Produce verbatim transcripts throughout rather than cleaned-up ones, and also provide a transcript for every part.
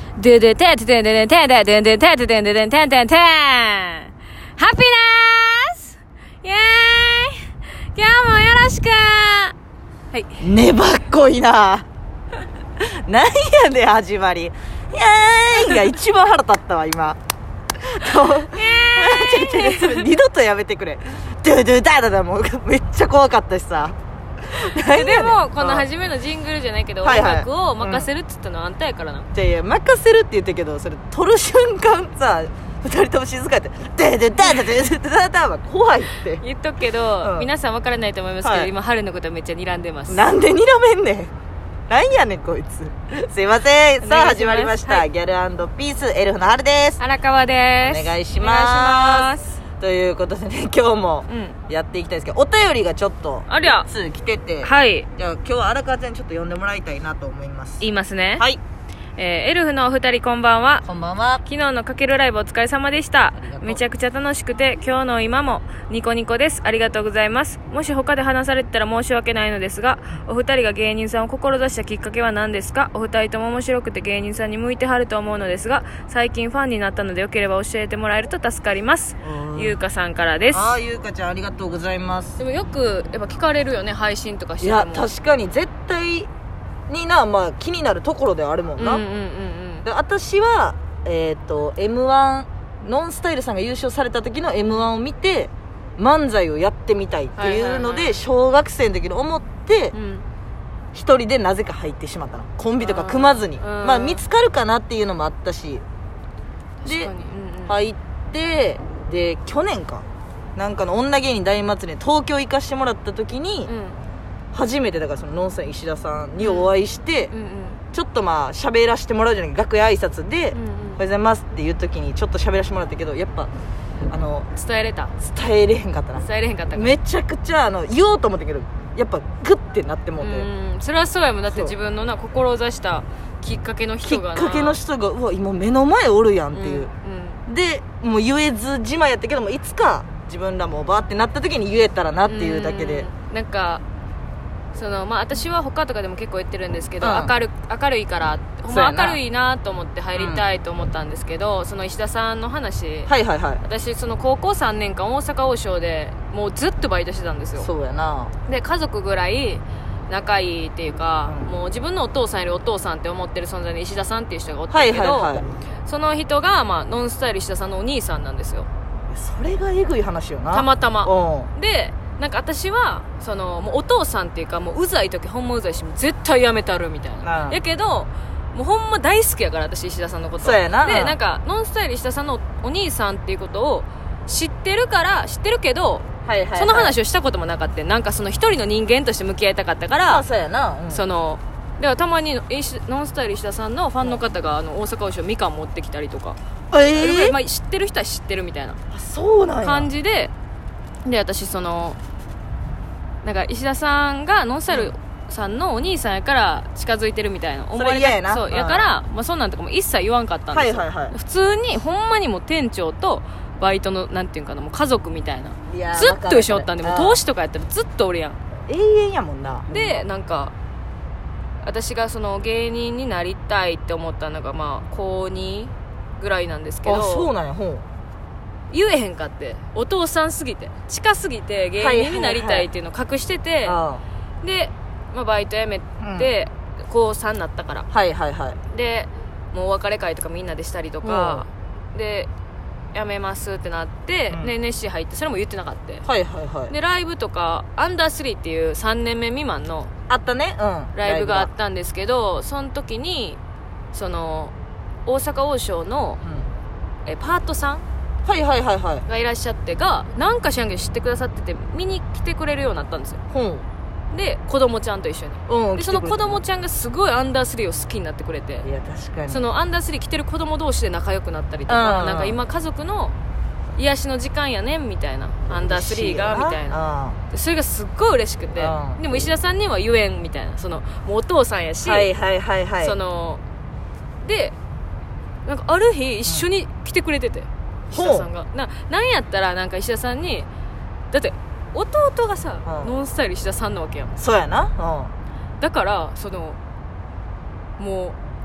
ドゥドゥテンテンテンテンテンテンテンテンテンテンテンテンテンテンテンハッピーナスイェーイ今日もよろしくはい。 粘っこいななんやねん始まりイエーイが一番腹立ったわ今イエーイ二度とやめてくれドゥドゥダダダもうめっちゃ怖かったしさでもこの初めのジングルじゃないけど、はいはい、音楽を任せるっつったのはあんたやからな。 じゃいや任せるって言ったけどそれ撮る瞬間さ二人とも静かやってデデデデデデデデは怖いって言っとくけど、うん、皆さん分からないと思いますけど、はい、今春のことめっちゃ睨んでます。 なんで睨めんねんなんやねんこいつすいません。さあ始まりました、はい、ギャル&ピースエルフの春です。 荒川です。 お願いしますということでね今日もやっていきたいですけど、うん、お便りがちょっとありゃいっつ来てて、 はい、 じゃあ今日は荒川ちゃんにちょっと呼んでもらいたいなと思います。 言いますね。 はい、 えー、エルフのお二人こんばんは。 こんばんは。 昨日のかけるライブお疲れ様でした。めちゃくちゃ楽しくて今日の今もニコニコです。ありがとうございます。もし他で話されてたら申し訳ないのですが、お二人が芸人さんを志したきっかけは何ですか？お二人とも面白くて芸人さんに向いてはると思うのですが、最近ファンになったのでよければ教えてもらえると助かります。ゆうかさんからです。 あーゆうかちゃんありがとうございます。 でもよくやっぱ聞かれるよね、配信とかしても。 いや確かに絶対にな、まあ気になるところではあるもんな。 うんうんうんうん。 で私はえっ、ー、と エムワン ノンスタイルさんが優勝された時の エムワン を見て漫才をやってみたいっていうので、小学生の時に思って一、うん、人でなぜか入ってしまったの。コンビとか組まずに、まあ見つかるかなっていうのもあったし、で、うんうん、入ってで去年かなんかの女芸人大祭りで東京行かしてもらった時に、うん、初めてだからそのノンスタイル石田さんにお会いして、うんうんうん、ちょっとまあ喋らせてもらうじゃないか、楽屋挨拶で、うんうん、おはようございますっていう時にちょっと喋らせてもらったけど、やっぱあの伝えれた伝えれへんかったな。 伝えれへんかったかめちゃくちゃあの言おうと思ったけどやっぱグッてなってもうて、 うんそれはそうやもん。だって自分のな志したきっかけの人がなきっかけの人がうわ今目の前おるやんっていう、うんうん、でもう言えずじまいやったけども、いつか自分らもバーってなった時に言えたらなっていうだけで、 うんなんかそのまあ、私は他とかでも結構言ってるんですけど、うん、明る明るいからほんま明るいなと思って入りたいと思ったんですけど、うん、その石田さんの話、 はいはいはい、 私その高校さんねんかん大阪王将でもうずっとバイトしてたんですよ。 そうやな。 で家族ぐらい仲いいっていうか、うん、もう自分のお父さんよりお父さんって思ってる存在で石田さんっていう人がおったけど、はいはいはい、その人が、まあ、ノンスタイル石田さんのお兄さんなんですよ。 それがえぐい話よな。 たまたまでなんか私はそのもうお父さんっていうかもううざい時ほんまうざいし絶対やめたるみたいな、うん、やけどもうほんま大好きやから私石田さんのこと。 そうやな。 でなんかノンスタイル石田さんのお兄さんっていうことを知ってるから知ってるけど、はいはいはい、その話をしたこともなかった。なんかその一人の人間として向き合いたかったから、 あそうやな、うん、 そのではたまにノンスタイル石田さんのファンの方があの大阪王将みかん持ってきたりとか、えーまあ、知ってる人は知ってるみたいな感じで、で私そのなんか石田さんがノンスタイルさんのお兄さんやから近づいてるみたいな思われた。そうやから、まあ、そんなんとかも一切言わんかったんですよ、はいはいはい、普通にほんまにもう店長とバイトのなんていうかなもう家族みたいな、いずっと一緒おったんでもう投資とかやったらずっとおるやん。 永遠やもんな。 でなんか私がその芸人になりたいって思ったのがまあ高にぐらいなんですけど、 あそうなんや。ほう言えへんかって、お父さんすぎて近すぎて芸人になりたいっていうのを隠してて、はいはいはい、で、まあ、バイト辞めて、うん、高さんになったから、 はいはいはい、 でもうお別れ会とかみんなでしたりとか、うん、で辞めますってなって、うん、で エヌエスシー 入ってそれも言ってなかった、 はいはいはい、 でライブとかアンダースリーっていうさんねんめ未満のあったね、うん、 ライブがあったんですけど、その時にその大阪王将の、うん、えパートさんはいはいはいはいがいらっしゃってがなんか知らんけど知ってくださってて見に来てくれるようになったんですよ、うん、で子供ちゃんと一緒に、うん、でその子供ちゃんがすごいアンダースリーを好きになってくれて、 いや確かにそのアンダースリー来てる子供同士で仲良くなったりとか、なんか今家族の癒しの時間やねんみたいな、アンダースリーがみたいな、それがすっごい嬉しくて、でも石田さんには言えんみたいな、そのもうお父さんやし、 はいはいはいはい、 そのでなんかある日一緒に来てくれてて、うん、石田さんが な, なんやったらなんか石田さんにだって弟がさ、うん、ノンスタイル石田さんなわけやん。 そうやな、 うん、だからそのもう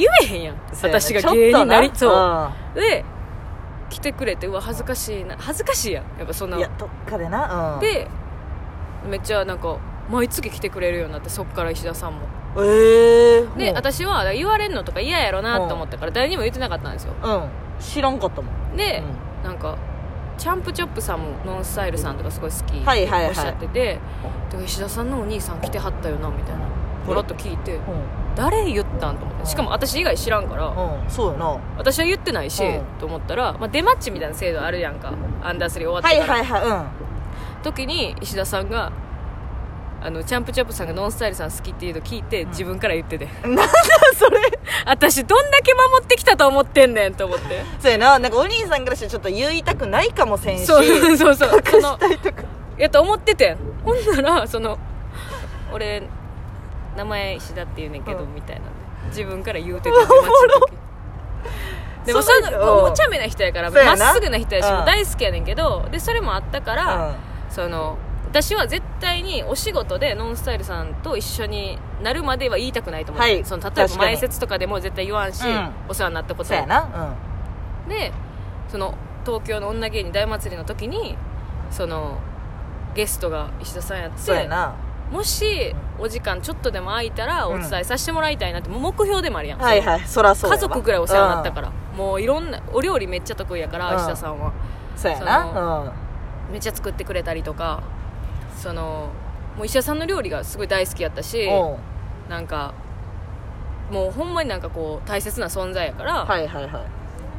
言えへんやん、私が芸人になりそうで来てくれて、うわ恥ずかしいな、恥ずかしいやんやっぱそんな、 いやどっかでな、うん、 でめっちゃなんか毎月来てくれるようになって、そっから石田さんもえー、 で、うん、私は言われるのとか嫌やろなと思ったから誰にも言ってなかったんですよ、 うん、知らんかったもんで、うん、なんかチャンプチョップさんもノンスタイルさんとかすごい好きってはいはいはいおっしゃってて、で石田さんのお兄さん来てはったよなみたいなポロッと聞いて、うん、誰言ったんと思って、しかも私以外知らんから、 うん、そうやな、 私は言ってないし、うん、と思ったら、まあ、出マッチみたいな制度あるやんか、アンダースリー終わってから、 はいはいはい、うん、 時に石田さんがあのチャンプチョップさんがノンスタイルさん好きっていうの聞いて、うん、自分から言っててなんだそれ私どんだけ守ってきたと思ってんねんと思って、 そうやな、なんかお兄さんからしてちょっと言いたくないかもせんし、 そうそうそう隠したいとかやと思っててん、ほんならその俺名前石田って言うねんけど、うん、みたいな自分から言うてて、でもそのお茶目な人やからまっすぐな人やし、うん、大好きやねんけど、でそれもあったから、うん、その私は絶対にお仕事でノンスタイルさんと一緒になるまでは言いたくないと思う、はい、その例えば前説とかでも絶対言わんし、うん、お世話になったことやな、うん、でその東京の女芸人大祭りの時にそのゲストが石田さんやって、そうやな、もしお時間ちょっとでも空いたらお伝えさせてもらいたいなって、もう目標でもあるやん、 はいはい、そらそうや家族ぐらいお世話になったから、うん、もういろんなお料理めっちゃ得意やから、うん、石田さんはそうやな、 うん、めっちゃ作ってくれたりとか、そのもう石田さんの料理がすごい大好きやったし、なんかもうほんまになんかこう大切な存在やから、 はいはいはい、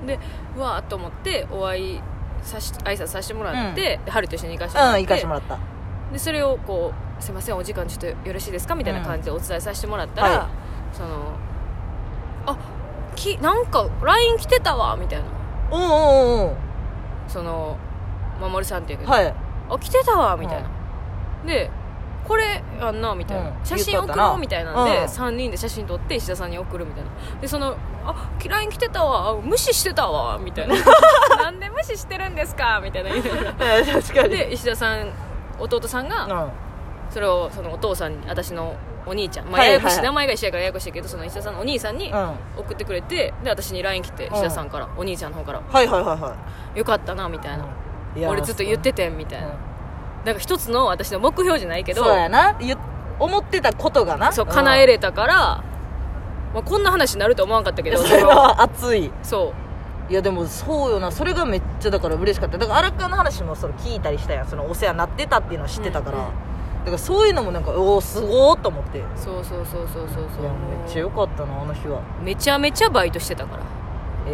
でうわーっと思ってお会いさし挨拶させてもらって、うん、で春と一緒に行かせてもらって、 うん、行かせてもらった、 でそれをこうすいませんお時間ちょっとよろしいですかみたいな感じでお伝えさせてもらったら、うんはい、そのあきなんか ライン 来てたわみたいな、 おうおうおう、 その守さんっていうけど、 はい、 あ来てたわみたいな、うん、でこれやんなみたいな、うん、写真送ろうみたいなんで、うん、さんにんで写真撮って石田さんに送るみたいな、でそのあ ライン 来てたわ無視してたわみたいななんで無視してるんですかみたいな言いながら確かに、 で石田さん弟さんが、うん、それをそのお父さんに私のお兄ちゃん、まあ、ややこしい、はいはい、名前が一緒やからややこしいけどその石田さんのお兄さんに送ってくれて、で私に ライン 来て石田さんから、うん、お兄ちゃんの方から、 はいはいはいはい、 よかったなみたいな、うん、俺ずっと言っててんみたいな、うん、なんか一つの私の目標じゃないけど、 そうやな、思ってたことがな、 そう叶えれたから、まあ、こんな話になると思わなかったけどそれは熱い、 そういやでもそうよな、それがめっちゃだから嬉しかった。だから荒川の話もそれ聞いたりしたやん、そのお世話になってたっていうのは知ってたから、うんうん、だからそういうのもなんかおおすごーと思って、 そうそうそうそうそうそう、 いやめっちゃ良かったなあの日は。 めちゃめちゃバイトしてたから。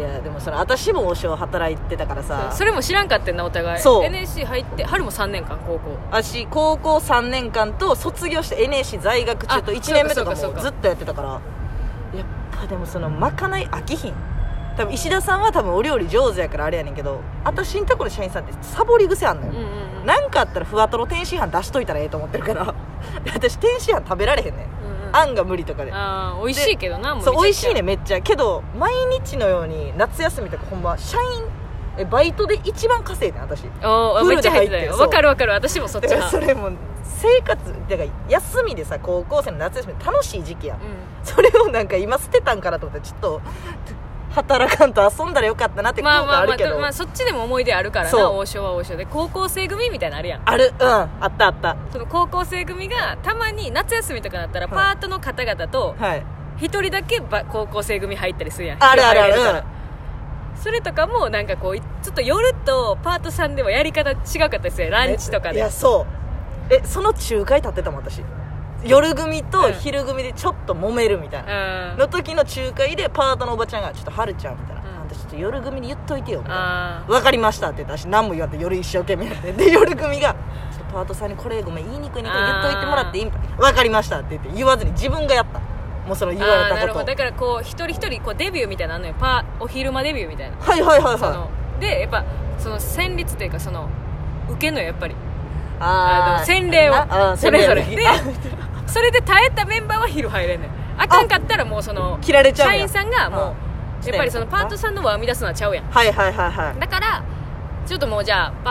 いやでもそれ私も王将働いてたからさ、 そ, それも知らんかってんなお互い。 そうエヌエーシー 入って春もさんねんかん高校、 私高校さんねんかんと卒業して エヌエーシー 在学中といちねんめとかもずっとやってたから、やっぱでもそのまかない飽きひん。多分石田さんは多分お料理上手やからあれやねんけど、私んとこの社員さんってサボり癖あんのよ、うんうんうん、なんかあったらふわとろ天津飯出しといたらええと思ってるから私天津飯食べられへんねん、うんうん、あんが無理とかで。 あ美味しいけどな、もうそう美味しいねめっちゃ。けど毎日のように夏休みとかほんま社員えバイトで一番稼いでん私。 おめっちゃ入ってたよ。分かる分かる、私もそっち派。 それも生活だから休みでさ、高校生の夏休み楽しい時期や、うん、それをなんか今捨てたんかなと思って、ちょっと働かんと遊んだらよかったなって後悔あるけど、まあまあまあ、 まあ、そっちでも思い出あるからな。王将は王将で高校生組みたいなのあるやん。 ある、うん、あったあった。 その高校生組がたまに夏休みとかだったらパートの方々と一人だけ高校生組入ったりするやん。 あるあるある、うん、 それとかもなんかこうちょっと夜とパートさんでもやり方違かったですよ、ランチとかで。 いやそうえその仲介立ってたもん私。夜組と昼組でちょっと揉めるみたいな、うん、の時の仲介でパートのおばちゃんがちょっとはるちゃんみたいな、うん、あんたちょっと夜組で言っといてよみたいな、分かりましたって言ったら、私何も言わんと夜一生懸命やってで夜組がちょっとパートさんにこれごめん言いにくいねんけど言っといてもらっていいみたいな、分かりましたって言って言わずに自分がやった。もうその言われたこと。 なるほど。だからこう一人一人こうデビューみたいなのあんのよ、パーお昼間デビューみたいな。 はいはいはいはい。 そのでやっぱその旋律というかその受けのやっぱりああ洗礼をそれぞれでそれで耐えたメンバーは昼入れんねん。あかんかったらもうその切られちゃう社員さんがもうやっぱりそのパートさんの輪を生み出すのはちゃうやん。 はいはいはいはい。 だからちょっともうじゃあパ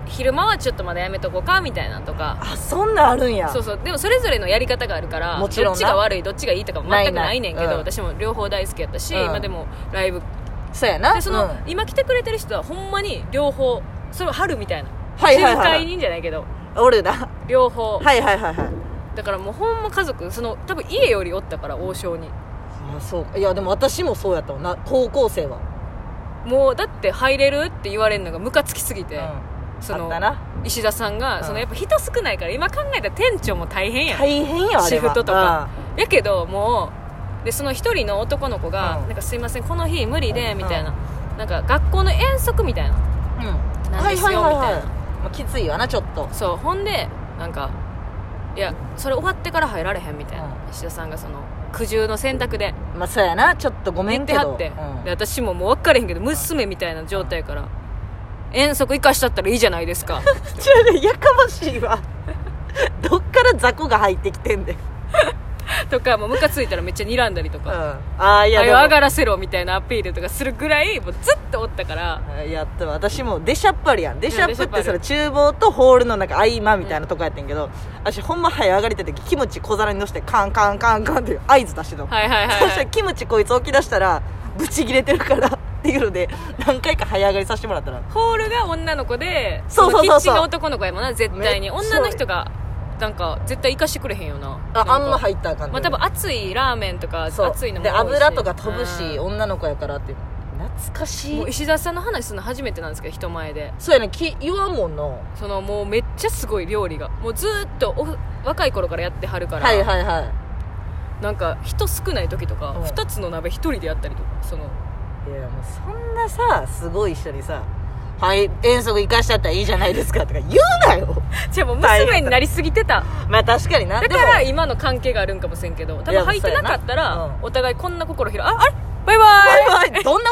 昼間はちょっとまだやめとこうかみたいなとか。 あ、そんなんあるんや。 そうそう。でもそれぞれのやり方があるから、 もちろんなどっちが悪いどっちがいいとかも全くないねんけど、 ないない、うん、 私も両方大好きやったし、うん、今でもライブそうやな。 でその、うん、今来てくれてる人はほんまに両方、それは春みたいな、はいはいはい、仲介人じゃないけど俺だ両方、 はいはいはいはい。 だからもうほんま家族、その多分家よりおったから王将に。 あ、そうか。いやでも私もそうやったわな、高校生は。 もうだって入れるって言われるのがムカつきすぎて、うん、その石田さんが、うん、そのやっぱ人少ないから今考えたら店長も大変やん。 大変やあれは。 シフトとか、うん、やけどもうでその一人の男の子が、うん、なんかすいませんこの日無理でみたいな、うん、なんか学校の遠足みたいな、うん、なんですよみたいな、はいはいはいはい、まあ、きついわなちょっと。そうほんでなんかいやそれ終わってから入られへんみたいな、うん、石田さんがその苦渋の選択で、 まあそうやな、ちょっとごめんけど言ってはって、うん、で私ももう分かれへんけど娘みたいな状態から、うん、遠足行かしたったらいいじゃないですかちょやかましいわどっから雑魚が入ってきてんでとかもうムカついたらめっちゃ睨んだりとか、うん、 あいや上がらせろみたいなアピールとかするぐらいもうずっとおったから。 やったわ。私もデシャッパリやん。デシャップってその厨房とホールのなんか合間みたいなとこやってんけど、うん、私ほんま早上がりた時キムチ小皿にのしてカンカンカンカンっていう合図出してたの、 はいはいはいはい、 そしたらキムチこいつ起き出したらブチ切れてるからっていうので何回か早上がりさせてもらったら、 ホールが女の子でそうそうそうそう、 キッチンが男の子やもんな絶対に。女の人がなんか絶対行かしてくれへんよな。 ああんま入ったらあかんね。 まあ多分熱いラーメンとか熱いのも多いしで油とか飛ぶし、うん、女の子やからって懐かしい。 もう石田さんの話するの初めてなんですけど人前で。 そうやね、き言わんもんな。 そのもうめっちゃすごい料理がもうずっとお若い頃からやってはるから、 はいはいはい、 なんか人少ない時とか、うん、ふたつの鍋一人でやったりとか、そのいやもうそんなさすごい人にさはい遠足行かしちゃったらいいじゃないですかとか言うなよじゃあもう娘になりすぎてたまあ確かにな。 だから今の関係があるんかもしれんけど、多分入ってなかったらお互いこんな心広い、ああれバイバイバイバイどんな